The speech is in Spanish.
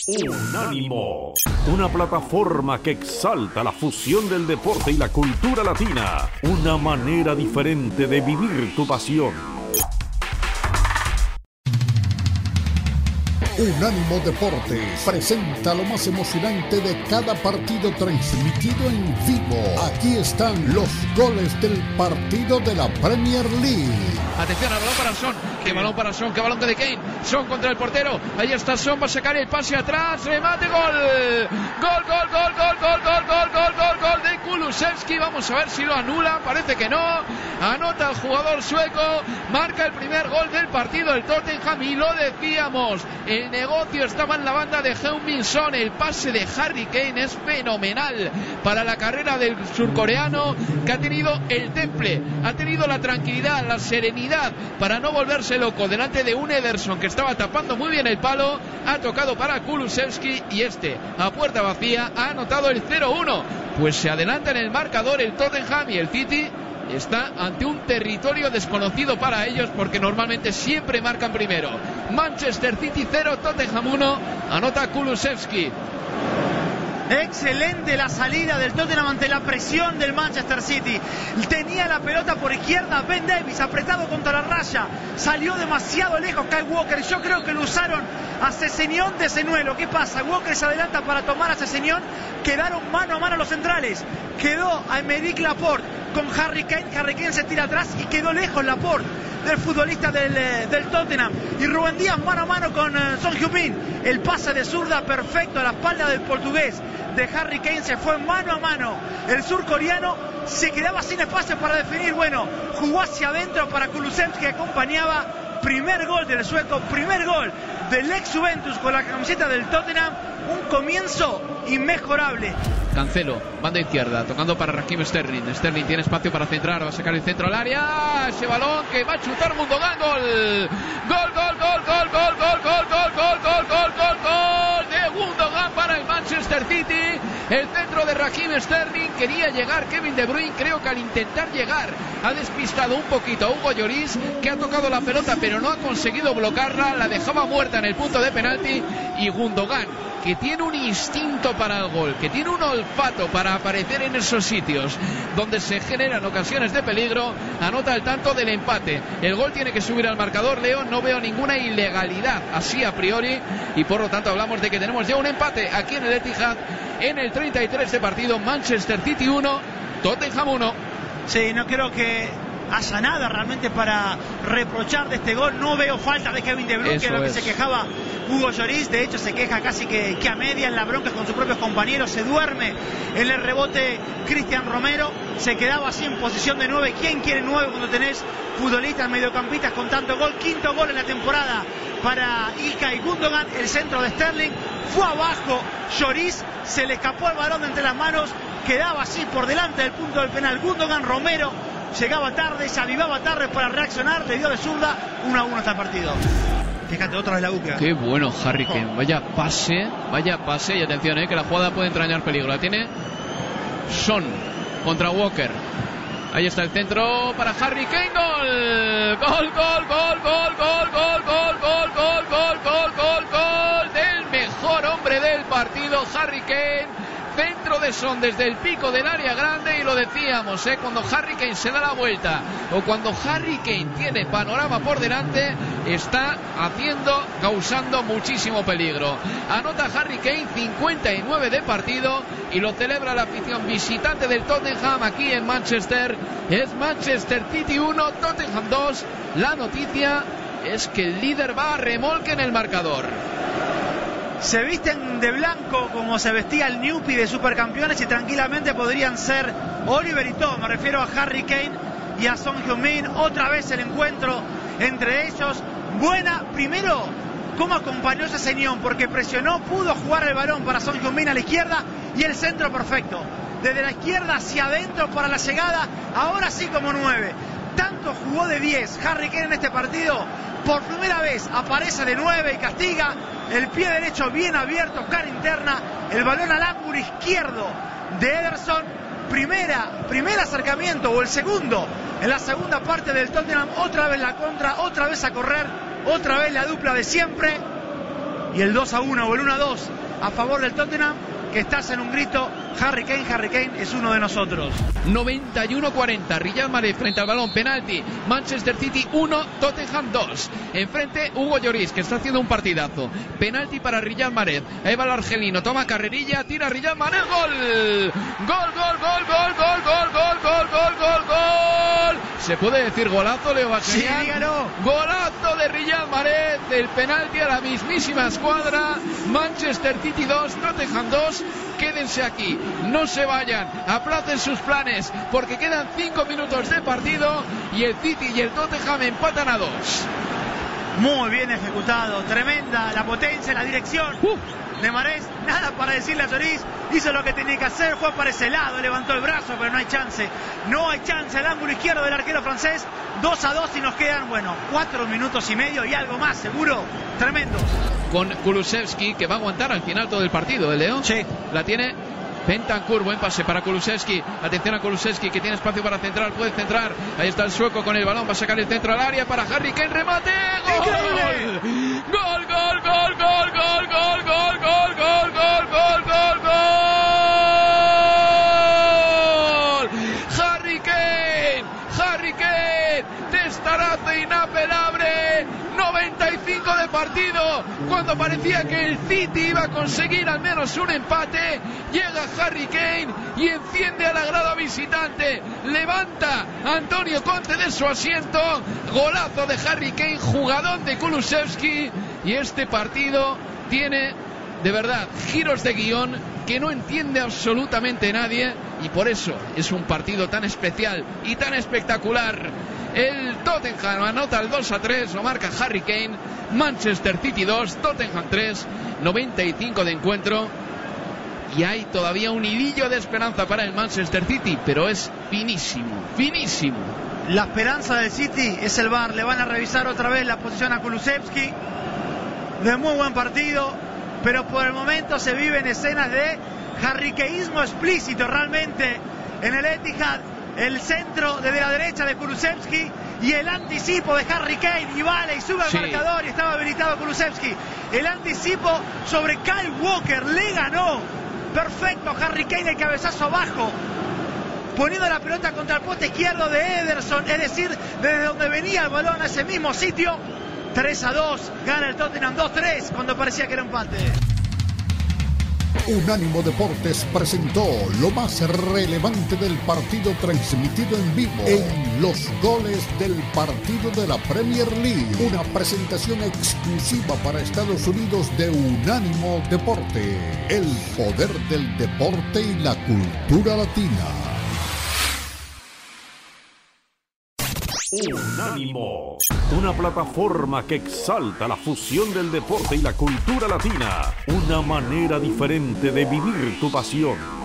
Unánimo, una plataforma que exalta la fusión del deporte y la cultura latina, una manera diferente de vivir tu pasión. Unánimo Deportes presenta lo más emocionante de cada partido transmitido en vivo. Aquí están los goles del partido de la Premier League. Atención al balón para Son. Qué balón para Son, qué balón de Kane. Son contra el portero. Ahí está Son, va a sacar el pase atrás. Remate, gol. Gol de Kulusevski. Vamos a ver si lo anula. Parece que no. Anota el jugador sueco. Marca el primer gol del partido el Tottenham. Y lo decíamos, el negocio estaba en la banda de Heung-min Son. El pase de Harry Kane es fenomenal para la carrera del surcoreano, que ha tenido el temple, ha tenido la tranquilidad, la serenidad para no volverse loco delante de un Ederson que estaba tapando muy bien el palo. Ha tocado para Kulusevski y a puerta vacía ha anotado el 0-1. Pues se adelanta en el marcador el Tottenham, y el City está ante un territorio desconocido para ellos, porque normalmente siempre marcan primero. Manchester City 0, Tottenham 1, anota Kulusevski. Excelente la salida del Tottenham ante la presión del Manchester City. Tenía la pelota por izquierda Ben Davies, apretado contra la raya. Salió demasiado lejos Kyle Walker. Yo creo que lo usaron a Sessegnon de señuelo. ¿Qué pasa? Walker se adelanta para tomar a Sessegnon. Quedaron mano a mano los centrales. Quedó a Aymeric Laporte con Harry Kane. Harry Kane se tira atrás y quedó lejos Laporte del futbolista del Tottenham. Y Rubén Díaz mano a mano con Son Heung-min. El pase de zurda perfecto a la espalda del portugués de Harry Kane. Se fue mano a mano. El surcoreano se quedaba sin espacio para definir. Bueno, jugó hacia adentro para Kulusevski, que acompañaba. Primer gol del sueco, primer gol del ex Juventus con la camiseta del Tottenham. Un comienzo inmejorable. Cancelo, banda izquierda, tocando para Raheem Sterling. Sterling tiene espacio para centrar, va a sacar el centro al área. Ese balón que va a chutar Gundogan. Gol de Gundogan para el Manchester City. El centro de Raheem Sterling. Quería llegar Kevin De Bruyne, creo que al intentar llegar ha despistado un poquito a Hugo Lloris, que ha tocado la pelota pero no ha conseguido bloquearla. La dejaba muerta en el punto de penalti. Y Gundogan, que tiene un instinto para el gol, que tiene un olfato para aparecer en esos sitios donde se generan ocasiones de peligro, anota el tanto del empate. El gol tiene que subir al marcador, Leo. No veo ninguna ilegalidad así a priori, y por lo tanto hablamos de que tenemos ya un empate aquí en el Etihad en el 33 de partido. Manchester City 1, Tottenham 1. Sí, no creo que haya nada realmente para reprochar de este gol. No veo falta de Kevin De Bruyne, que era lo que se quejaba Hugo Lloris. De hecho se queja casi que a media en la bronca con sus propios compañeros. Se duerme en el rebote Cristian Romero. Se quedaba así en posición de 9. ¿Quién quiere 9 cuando tenés futbolistas mediocampistas con tanto gol? Quinto gol en la temporada para Ilkay Gundogan. El centro de Sterling fue abajo. Lloris se le escapó el balón de entre las manos. Quedaba así por delante del punto del penal Gundogan. Romero llegaba tarde, se avivaba tarde para reaccionar, le dio de zurda. 1-1 está el partido. Fíjate, otra vez la búsqueda. Qué bueno Harry Kane, vaya pase, y atención, que la jugada puede entrañar peligro. La tiene Son contra Walker. Ahí está el centro para Harry Kane. Gol del mejor hombre del partido, Harry Kane. Centro de Son desde el pico del área grande, y lo decíamos, cuando Harry Kane se da la vuelta o cuando Harry Kane tiene panorama por delante, está causando muchísimo peligro. Anota Harry Kane, 59 de partido, y lo celebra la afición visitante del Tottenham aquí en Manchester. Es Manchester City 1, Tottenham 2. La noticia es que el líder va a remolque en el marcador. Se visten de blanco como se vestía el Newpie de Supercampeones, y tranquilamente podrían ser Oliver y Tom. Me refiero a Harry Kane y a Son Heung-min. Otra vez el encuentro entre ellos. Primero, cómo acompañó ese señor, porque presionó, pudo jugar el balón para Son Heung-min a la izquierda, y el centro perfecto. Desde la izquierda hacia adentro para la llegada, ahora sí como 9. Tanto jugó de 10 Harry Kane en este partido. Por primera vez aparece de 9 y castiga. El pie derecho bien abierto, cara interna. El balón al ángulo izquierdo de Ederson. Primer acercamiento, o el segundo, en la segunda parte del Tottenham. Otra vez la contra, otra vez a correr, otra vez la dupla de siempre. y el 2-1 o el 1-2 a favor del Tottenham, que estás en un grito: Harry Kane es uno de nosotros. 91-40, Riyad Mahrez frente al balón, penalti, Manchester City 1, Tottenham 2. Enfrente Hugo Lloris, que está haciendo un partidazo. Penalti para Riyad Mahrez. Ahí va el argelino, toma carrerilla, tira Riyad Mahrez, gol. Gol. ¿Se puede decir golazo, Leo Bachanian? Sí, dígalo. Golazo de Riyad Mahrez, el penalti a la mismísima escuadra. Manchester City 2, Tottenham 2. Quédense aquí, no se vayan, aplacen sus planes, porque quedan 5 minutos de partido y el City y el Tottenham empatan a 2. Muy bien ejecutado, tremenda la potencia, la dirección de Mahrez. Nada para decirle a Lloris, hizo lo que tenía que hacer, fue para ese lado, levantó el brazo, pero no hay chance. No hay chance, el ángulo izquierdo del arquero francés. 2-2 y nos quedan, 4 minutos y medio y algo más, seguro. Tremendos. Con Kulusevski, que va a aguantar al final todo el partido, ¿eh, Leo? Sí. La tiene Bentancur, buen pase para Kulusevski. Atención a Kulusevski, que tiene espacio para centrar, puede centrar. Ahí está el sueco con el balón, va a sacar el centro al área para Harry Kane, remate. ¡Gol! ¡Increíble! ¡Gol! Harry Kane, testarazo inapelable. 95 de partido, cuando parecía que el City iba a conseguir al menos un empate, llega Harry Kane y enciende a la grada visitante, levanta a Antonio Conte de su asiento, golazo de Harry Kane, jugadón de Kulusevski, y este partido tiene de verdad giros de guión que no entiende absolutamente nadie, y por eso es un partido tan especial y tan espectacular. El Tottenham anota el 2-3, lo marca Harry Kane. Manchester City 2, Tottenham 3, 95 de encuentro, y hay todavía un hilillo de esperanza para el Manchester City, pero es finísimo. La esperanza del City es el VAR, le van a revisar otra vez la posición a Kulusevski. De muy buen partido, pero por el momento se viven escenas de harrykeísmo explícito realmente en el Etihad. El centro desde la derecha de Kulusevski y el anticipo de Harry Kane, y vale y sube al marcador, y estaba habilitado Kulusevski. El anticipo sobre Kyle Walker, le ganó perfecto Harry Kane, el cabezazo abajo, poniendo la pelota contra el poste izquierdo de Ederson, es decir, desde donde venía el balón a ese mismo sitio. 3-2, gana el Tottenham 2-3 cuando parecía que era empate. Unánimo Deportes presentó lo más relevante del partido, transmitido en vivo en los goles del partido de la Premier League. Una presentación exclusiva para Estados Unidos de Unánimo Deporte. El poder del deporte y la cultura latina. Unánimo, una plataforma que exalta la fusión del deporte y la cultura latina, una manera diferente de vivir tu pasión.